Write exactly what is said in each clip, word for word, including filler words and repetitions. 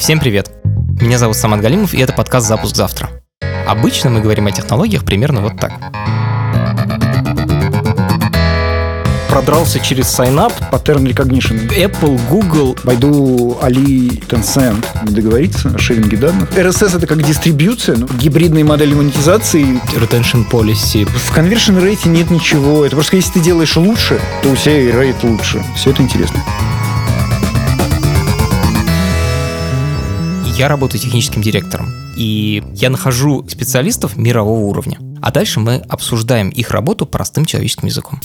Всем привет! Меня зовут Самат Галимов, и это подкаст «Запуск завтра». Обычно мы говорим о технологиях примерно вот так. Продрался через sign-up, pattern recognition. Apple, Google, Baidu, Ali, Tencent. Не договориться о шеринге данных. эр эс эс это как дистрибьюция, ну, гибридные модели монетизации. Retention Policy. В conversion rate нет ничего. Это просто если ты делаешь лучше, то у тебя и рейт лучше. Все это интересно. Я работаю техническим директором, и я нахожу специалистов мирового уровня. А дальше мы обсуждаем их работу простым человеческим языком.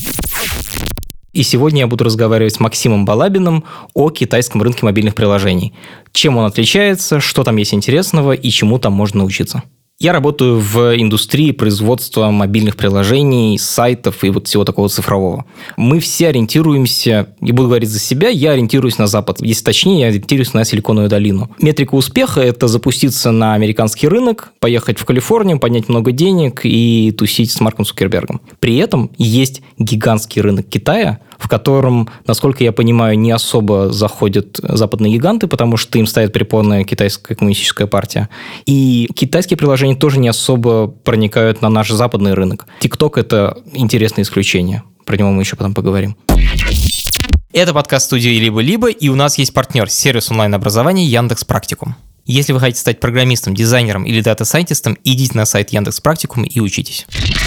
И сегодня я буду разговаривать с Максимом Балабиным о китайском рынке мобильных приложений. Чем он отличается, что там есть интересного и чему там можно научиться. Я работаю в индустрии производства мобильных приложений, сайтов и вот всего такого цифрового. Мы все ориентируемся, не буду говорить за себя, я ориентируюсь на Запад. Если точнее, я ориентируюсь на Силиконовую долину. Метрика успеха – это запуститься на американский рынок, поехать в Калифорнию, поднять много денег и тусить с Марком Цукербергом. При этом есть гигантский рынок Китая, в котором, насколько я понимаю, не особо заходят западные гиганты, потому что им ставит препоны китайская коммунистическая партия. И китайские приложения тоже не особо проникают на наш западный рынок. TikTok – это интересное исключение. Про него мы еще потом поговорим. Это подкаст студии «Либо-либо», и у нас есть партнер – сервис онлайн-образования Яндекс.Практикум. Если вы хотите стать программистом, дизайнером или дата-сайентистом, идите на сайт Яндекс.Практикум и учитесь.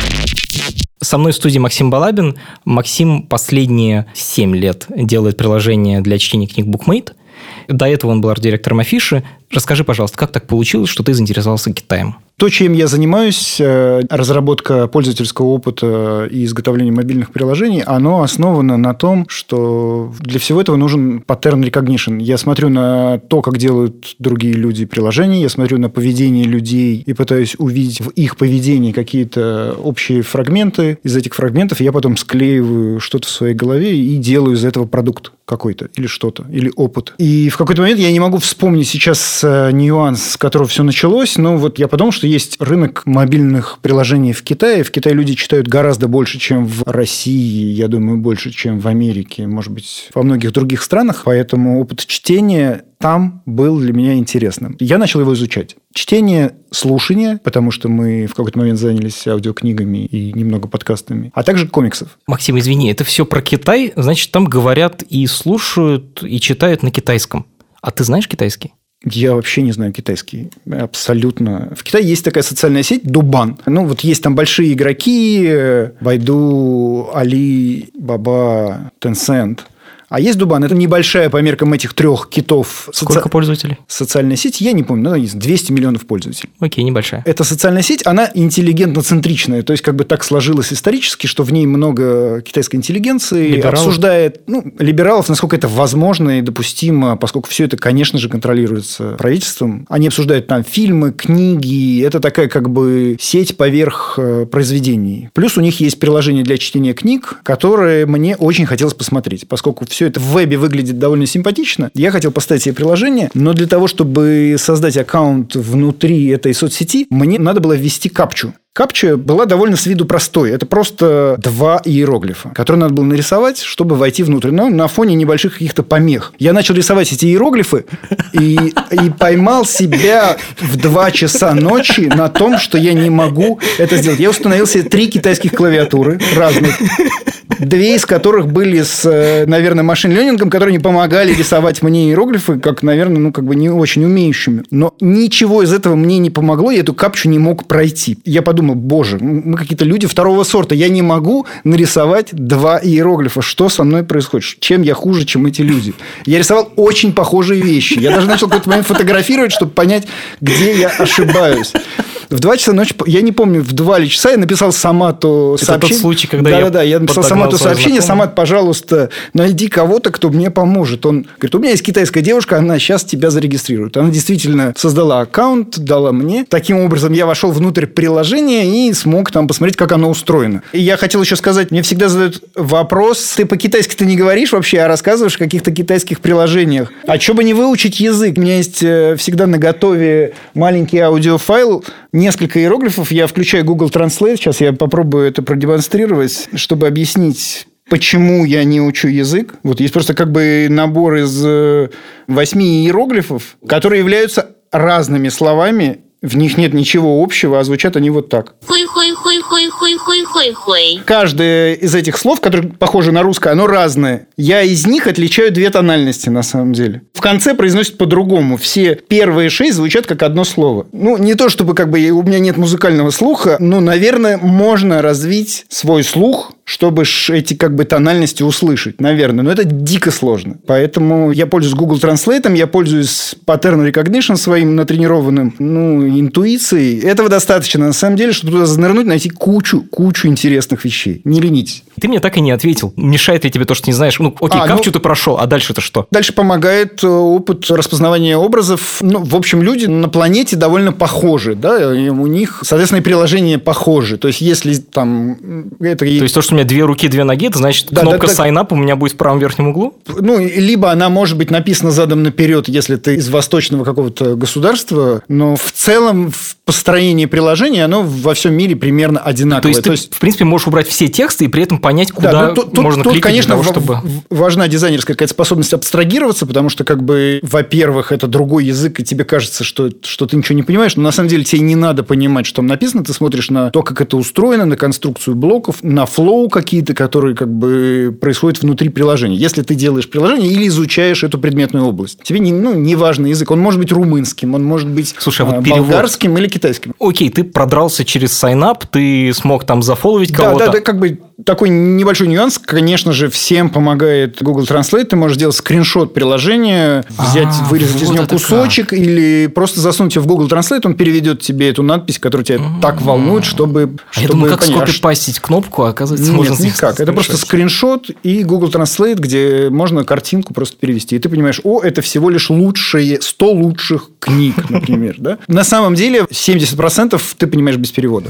Со мной в студии Максим Балабин. Максим последние семь лет делает приложение для чтения книг BookMate. До этого он был арт-директором Афиши. Расскажи, пожалуйста, как так получилось, что ты заинтересовался Китаем? То, чем я занимаюсь, разработка пользовательского опыта и изготовление мобильных приложений, оно основано на том, что для всего этого нужен pattern recognition. Я смотрю на то, как делают другие люди приложения, я смотрю на поведение людей и пытаюсь увидеть в их поведении какие-то общие фрагменты. Из этих фрагментов я потом склеиваю что-то в своей голове и делаю из этого продукт какой-то, или что-то, или опыт. И в какой-то момент я не могу вспомнить сейчас нюанс, с которого все началось, но вот я подумал, что есть рынок мобильных приложений в Китае. В Китае люди читают гораздо больше, чем в России, я думаю, больше, чем в Америке, может быть, во многих других странах. Поэтому опыт чтения там был для меня интересным. Я начал его изучать. Чтение, слушание, потому что мы в какой-то момент занялись аудиокнигами и немного подкастами, а также комиксов. Максим, извини, это все про Китай, значит, там говорят и слушают, и читают на китайском. А ты знаешь китайский? Я вообще не знаю китайский. Абсолютно. В Китае есть такая социальная сеть Дубан. Ну, вот есть там большие игроки. Baidu, Ali, Baba, Tencent. А есть Дубан. Это небольшая по меркам этих трех китов. Сколько соци... пользователей? Социальная сеть, я не помню, ну, двести миллионов пользователей. Окей, небольшая. Эта социальная сеть, она интеллигентно-центричная. То есть, как бы так сложилось исторически, что в ней много китайской интеллигенции. Либералов. Обсуждает, ну, либералов, насколько это возможно и допустимо, поскольку все это, конечно же, контролируется правительством. Они обсуждают там фильмы, книги. Это такая, как бы, сеть поверх произведений. Плюс у них есть приложение для чтения книг, которое мне очень хотелось посмотреть, поскольку все это в вебе выглядит довольно симпатично. Я хотел поставить себе приложение, но для того, чтобы создать аккаунт внутри этой соцсети, мне надо было ввести капчу. Капча была довольно с виду простой. Это просто два иероглифа, которые надо было нарисовать, чтобы войти внутрь. Но на фоне небольших каких-то помех. Я начал рисовать эти иероглифы и, и поймал себя в два часа ночи на том, что я не могу это сделать. Я установил себе три китайских клавиатуры разных. Две из которых были с, наверное, машин-лернингом, которые не помогали рисовать мне иероглифы, как, наверное, ну, как бы не очень умеющими. Но ничего из этого мне не помогло, я эту капчу не мог пройти. Я подумал, боже, мы какие-то люди второго сорта, я не могу нарисовать два иероглифа. Что со мной происходит? Чем я хуже, чем эти люди? Я рисовал очень похожие вещи. Я даже начал в какой-то момент фотографировать, чтобы понять, где я ошибаюсь. В два часа ночи, я не помню, в два ли часа я написал Самату сообщение. Это тот случай, когда да, я Да, да, я написал Самату сообщение. Самат, пожалуйста, найди кого-то, кто мне поможет. Он говорит, у меня есть китайская девушка, она сейчас тебя зарегистрирует. Она действительно создала аккаунт, дала мне. Таким образом, я вошел внутрь приложения и смог там посмотреть, как оно устроено. И я хотел еще сказать, мне всегда задают вопрос, ты по-китайски-то не говоришь вообще, а рассказываешь о каких-то китайских приложениях. А что бы не выучить язык? У меня есть всегда наготове маленький аудиофайл, несколько иероглифов. Я включаю Google Translate. Сейчас я попробую это продемонстрировать, чтобы объяснить Почему я не учу язык? Вот есть просто как бы набор из восьми иероглифов, которые являются разными словами. В них нет ничего общего, а звучат они вот так. Каждое из этих слов, которые похожи на русское, оно разное. Я из них отличаю две тональности, на самом деле. В конце произносят по-другому. Все первые шесть звучат как одно слово. Ну, не то, чтобы как бы у меня нет музыкального слуха, но, наверное, можно развить свой слух, чтобы эти как бы тональности услышать, наверное. Но это дико сложно. Поэтому я пользуюсь Google Translate, я пользуюсь Pattern Recognition своим натренированным, ну, интуицией. Этого достаточно, на самом деле, чтобы туда занырнуть, найти кучу, кучу интересных вещей. Не ленитесь. Ты мне так и не ответил. Мешает ли тебе то, что не знаешь? Ну, окей, а, капчу ну, ты прошел, а дальше-то что? Дальше помогает опыт распознавания образов. Ну, в общем, люди на планете довольно похожи, да, и у них, соответственно, и приложения похожи. То есть, если там... Это... То есть, то, что у меня две руки, две ноги, это значит, да, кнопка да, да, sign up у меня будет в правом верхнем углу? Ну, либо она может быть написана задом наперед, если ты из восточного какого-то государства, но в целом в построении приложения оно во всем мире примерно одинаковое. То есть, ты, то есть... в принципе, можешь убрать все тексты и при этом понять, куда да, тут, можно тут, кликать, конечно, для того, чтобы... важна дизайнерская какая-то способность абстрагироваться, потому что, как бы, во-первых, это другой язык, и тебе кажется, что, что ты ничего не понимаешь, но на самом деле тебе не надо понимать, что там написано, ты смотришь на то, как это устроено, на конструкцию блоков, на флоу какие-то, которые как бы происходят внутри приложения. Если ты делаешь приложение или изучаешь эту предметную область, тебе не, ну, не важен язык, он может быть румынским, он может быть Слушай, а вот болгарским перевод... или китайским. Окей, ты продрался через сайнап, ты смог там зафоловить кого-то. Да, да, да, как бы такой небольшой нюанс, конечно же, всем помогает Google Translate. Ты можешь сделать скриншот приложения, взять, а, вырезать вот из него кусочек как. Или просто засунуть его в Google Translate, он переведет тебе эту надпись, которая тебя mm-hmm. так волнует, чтобы... А я думаю, как скопипастить кнопку, а оказывается, Нет, можно сделать никак. Это просто скриншот и Google Translate, где можно картинку просто перевести. И ты понимаешь, о, это всего лишь лучшие, сто лучших книг, например. Да? На самом деле, семьдесят процентов ты понимаешь без перевода.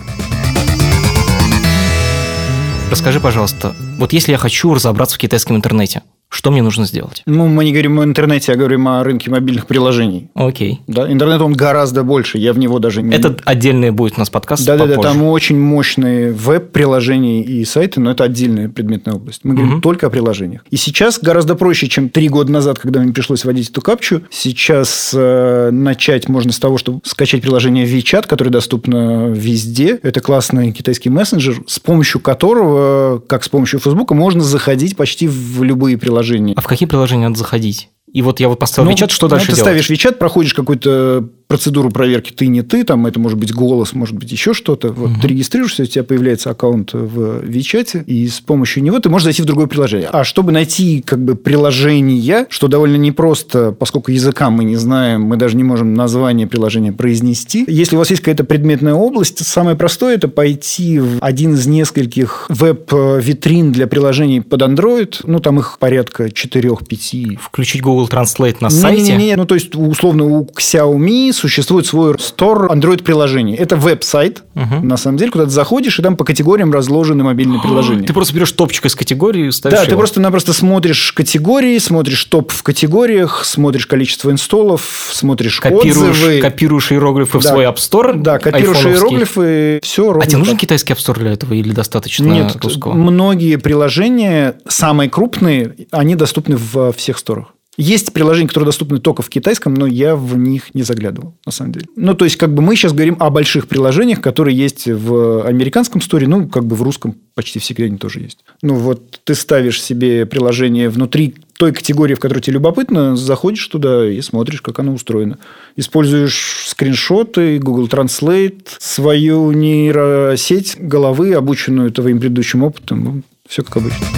Расскажи, пожалуйста, вот если я хочу разобраться в китайском интернете, что мне нужно сделать? Ну, мы не говорим о интернете, а говорим о рынке мобильных приложений. Окей. Да, интернет, он гораздо больше, я в него даже не... Это отдельный будет у нас подкаст Да-да-да, там очень мощные веб-приложения и сайты, но это отдельная предметная область. Мы говорим угу. только о приложениях. И сейчас гораздо проще, чем три года назад, когда мне пришлось вводить эту капчу. Сейчас э, начать можно с того, чтобы скачать приложение WeChat, которое доступно везде. Это классный китайский мессенджер, с помощью которого, как с помощью Фейсбука, можно заходить почти в любые приложения. А в какие приложения надо заходить? И вот я вот поставил ну, WeChat, что дальше ну, ты делать? Ты ставишь WeChat, проходишь какую-то процедуру проверки «ты не ты», там это может быть голос, может быть еще что-то. Вот uh-huh. ты регистрируешься, у тебя появляется аккаунт в WeChat, и с помощью него ты можешь зайти в другое приложение. А чтобы найти как бы приложение, что довольно непросто, поскольку языка мы не знаем, мы даже не можем название приложения произнести. Если у вас есть какая-то предметная область, самое простое – это пойти в один из нескольких веб-витрин для приложений под Android. Ну, там их порядка четыре-пять. Включить Google Translate на сайте? Не-не-не, ну, то есть, условно, у Xiaomi существует свой Store Android-приложений. Это веб-сайт, угу. на самом деле, куда ты заходишь, и там по категориям разложены мобильные приложения. Ты просто берешь топчик из категории и ставишь Да, его. ты просто-напросто смотришь категории, смотришь топ в категориях, смотришь количество инсталлов, смотришь копируешь, отзывы. Копируешь иероглифы да. в свой App Store. Да, копируешь иероглифы, все ровно. А тебе нужен так. китайский App Store для этого или достаточно Нет, русского? Многие приложения, самые крупные, они доступны во всех сторах. Есть приложения, которые доступны только в китайском, но я в них не заглядывал, на самом деле. Ну, то есть, как бы мы сейчас говорим о больших приложениях, которые есть в американском сторе, ну, как бы в русском почти всегда они тоже есть. Ну, вот ты ставишь себе приложение внутри той категории, в которой тебе любопытно, заходишь туда и смотришь, как оно устроено. Используешь скриншоты, Google Translate, свою нейросеть головы, обученную твоим предыдущим опытом. Ну, все как обычно.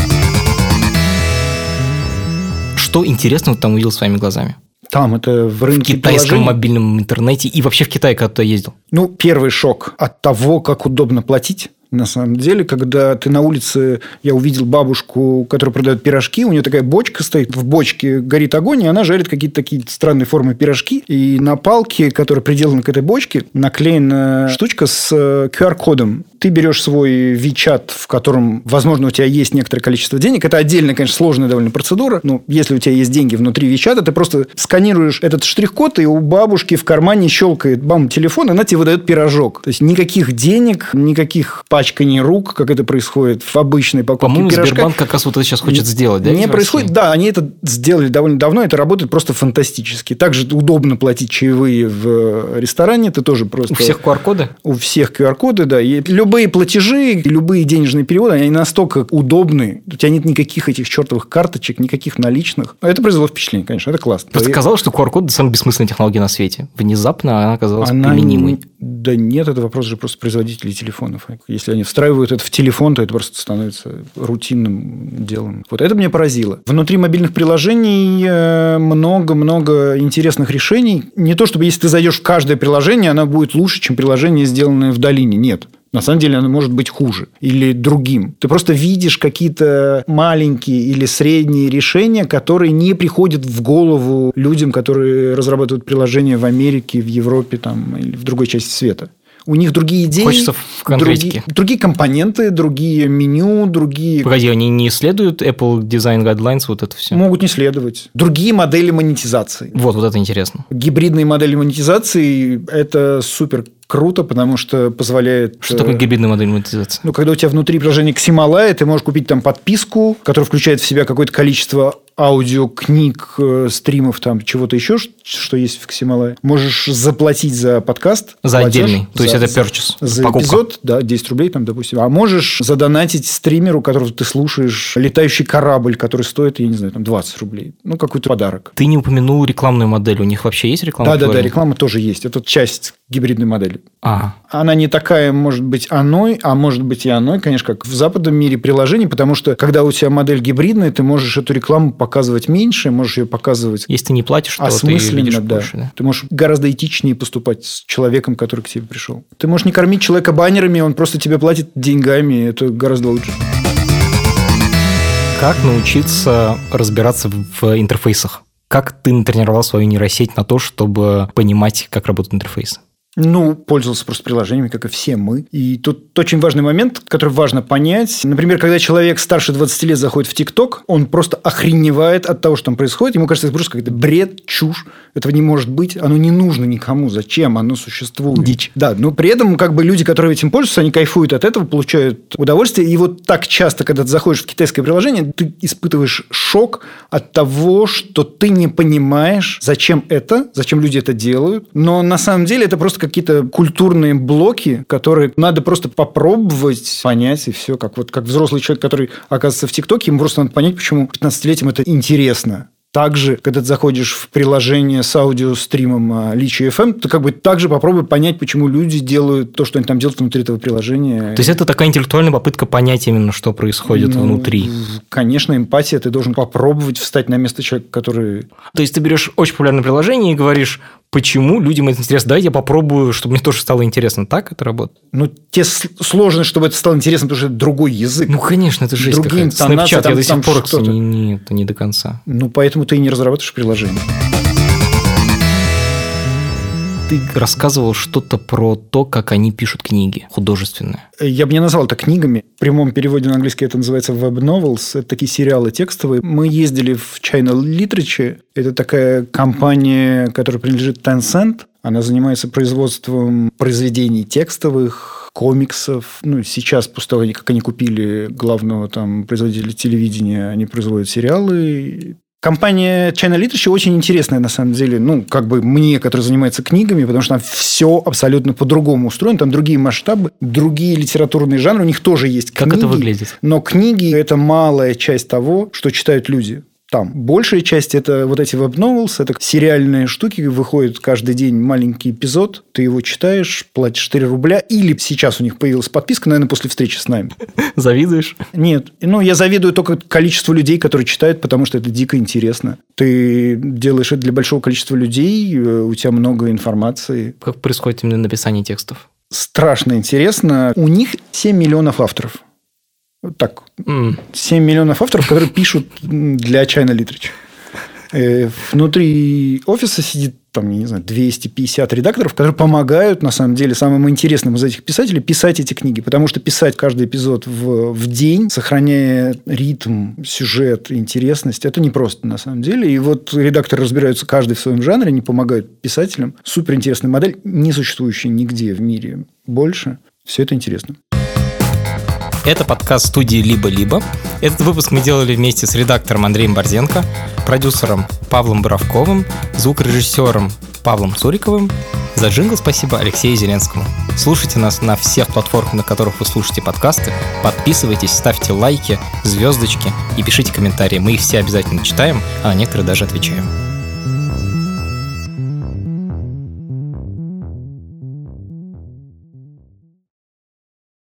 Что интересного ты там увидел своими глазами? Там это в рынке в китайском приложений. Мобильном интернете и вообще в Китае, когда ты ездил? Ну, первый шок от того, как удобно платить. На самом деле, когда ты на улице, я увидел бабушку, которая продает пирожки, у нее такая бочка стоит, в бочке горит огонь, и она жарит какие-то такие странные формы пирожки, и на палке, которая приделана к этой бочке, наклеена штучка с ку ар-кодом. ты берешь свой WeChat, в котором, возможно, у тебя есть некоторое количество денег. Это отдельная, конечно, сложная довольно процедура. Но если у тебя есть деньги внутри WeChat, ты просто сканируешь этот штрих-код, и у бабушки в кармане щелкает бам, телефон, и она тебе выдает пирожок. То есть никаких денег, никаких пачканий рук, как это происходит в обычной покупке По-моему, пирожка. Сбербанк как раз вот это сейчас хочет сделать, да? Не происходит. Да, они это сделали довольно давно, это работает просто фантастически. Также удобно платить чаевые в ресторане, ты тоже просто... У всех ку ар-коды? У всех ку ар-коды, да. И любые платежи, любые денежные переводы, они настолько удобны. У тебя нет никаких этих чертовых карточек, никаких наличных. Это произвело впечатление, конечно, это классно. Просто казалось, что ку ар-код – самая бессмысленная технология на свете. Внезапно она оказалась она... применимой. Да нет, это вопрос же просто производителей телефонов. Если они встраивают это в телефон, то это просто становится рутинным делом. Вот это меня поразило. Внутри мобильных приложений много-много интересных решений. Не то, чтобы если ты зайдешь в каждое приложение, оно будет лучше, чем приложение, сделанное в долине. Нет. На самом деле, оно может быть хуже или другим. Ты просто видишь какие-то маленькие или средние решения, которые не приходят в голову людям, которые разрабатывают приложения в Америке, в Европе там, или в другой части света. У них другие идеи. Хочется в конкретике. Другие, другие компоненты, другие меню, другие... Погоди, они не исследуют Apple Design Guidelines, вот это все? Могут не следовать. Другие модели монетизации. Вот, вот это интересно. Гибридные модели монетизации – это супер круто, потому что позволяет... Что такое гибридная модель монетизации? Ну, когда у тебя внутри приложения Ximalaya, ты можешь купить там подписку, которая включает в себя какое-то количество аудио, книг, стримов, там, чего-то еще, что есть в Ximalaya. Можешь заплатить за подкаст. За платеж, отдельный. То за, есть, это purchase. За покупка. Эпизод, да, десять рублей, там, допустим. А можешь задонатить стримеру, которого ты слушаешь, летающий корабль, который стоит, я не знаю, там, двадцать рублей. Ну, какой-то подарок. Ты не упомянул рекламную модель. У них вообще есть реклама? Да, да, да, реклама тоже есть. Это часть гибридной модели. Ага. Она не такая, может быть, оной, а может быть и оной, конечно, как в западном мире приложений, потому что, когда у тебя модель гибридная, ты можешь эту рекламу показывать меньше, можешь ее показывать если ты не платишь, то осмысленно, ты видишь да. больше. Да. Ты можешь гораздо этичнее поступать с человеком, который к тебе пришел. Ты можешь не кормить человека баннерами, он просто тебе платит деньгами, это гораздо лучше. Как научиться разбираться в интерфейсах? Как ты натренировал свою нейросеть на то, чтобы понимать, как работает интерфейс? Ну, пользовался просто приложениями, как и все мы. И тут очень важный момент, который важно понять. Например, когда человек старше двадцати лет заходит в ТикТок, он просто охреневает от того, что там происходит. Ему кажется, это просто какой-то бред, чушь. Этого не может быть. Оно не нужно никому. Зачем? Оно существует. Дичь. Да, но при этом как бы люди, которые этим пользуются, они кайфуют от этого, получают удовольствие. И вот так часто, когда ты заходишь в китайское приложение, ты испытываешь шок от того, что ты не понимаешь, зачем это, зачем люди это делают. Но на самом деле это просто какие-то культурные блоки, которые надо просто попробовать понять, и все. Как, вот, как взрослый человек, который оказывается в ТикТоке, ему просто надо понять, почему пятнадцатилетним это интересно. Также, когда ты заходишь в приложение с аудиостримом Личи эф эм, ты как бы также попробуй понять, почему люди делают то, что они там делают внутри этого приложения. То есть, это такая интеллектуальная попытка понять именно, что происходит ну, внутри. Конечно, эмпатия. Ты должен попробовать встать на место человека, который... То есть, ты берешь очень популярное приложение и говоришь, почему людям это интересно. Давайте я попробую, чтобы мне тоже стало интересно. Так это работает? Ну, тебе сложно, чтобы это стало интересно, потому что это другой язык. Ну, конечно, это жесть какая-то. Snapchat, там, я до сих пор что-то. Не, не, это не до конца. Ну, поэтому ты и не разрабатываешь приложение. Ты рассказывал что-то про то, как они пишут книги художественные. Я бы не назвал это книгами. В прямом переводе на английский это называется web novels. Это такие сериалы текстовые. Мы ездили в China Literature. Это такая компания, которая принадлежит Tencent. Она занимается производством произведений текстовых, комиксов. Ну, сейчас, после того, как они купили главного там производителя телевидения, они производят сериалы. Компания China Literature очень интересная, на самом деле, ну, как бы мне, который занимается книгами, потому что там все абсолютно по-другому устроено, там другие масштабы, другие литературные жанры, у них тоже есть книги. Как это выглядит? Но книги – это малая часть того, что читают люди. Там. Большая часть – это вот эти веб-новелс, это сериальные штуки, выходит каждый день маленький эпизод, ты его читаешь, платишь четыре рубля, или сейчас у них появилась подписка, наверное, после встречи с нами. Завидуешь? Нет. Ну, я завидую только количеству людей, которые читают, потому что это дико интересно. Ты делаешь это для большого количества людей, у тебя много информации. Как происходит именно написание текстов? Страшно интересно. У них семь миллионов авторов. Вот так. Mm. семь миллионов авторов, которые пишут для China Literature. Внутри офиса сидит там, я не знаю, двести пятьдесят редакторов, которые помогают, на самом деле, самым интересным из этих писателей писать эти книги. Потому что писать каждый эпизод в, в день, сохраняя ритм, сюжет, интересность, это непросто, на самом деле. И вот редакторы разбираются каждый в своем жанре, они помогают писателям. Суперинтересная модель, не существующая нигде в мире больше. Все это интересно. Это подкаст студии «Либо-либо». Этот выпуск мы делали вместе с редактором Андреем Борзенко, продюсером Павлом Боровковым, звукорежиссером Павлом Цуриковым. За джингл спасибо Алексею Зеленскому. Слушайте нас на всех платформах, на которых вы слушаете подкасты. Подписывайтесь, ставьте лайки, звездочки и пишите комментарии. Мы их все обязательно читаем, а на некоторые даже отвечаем.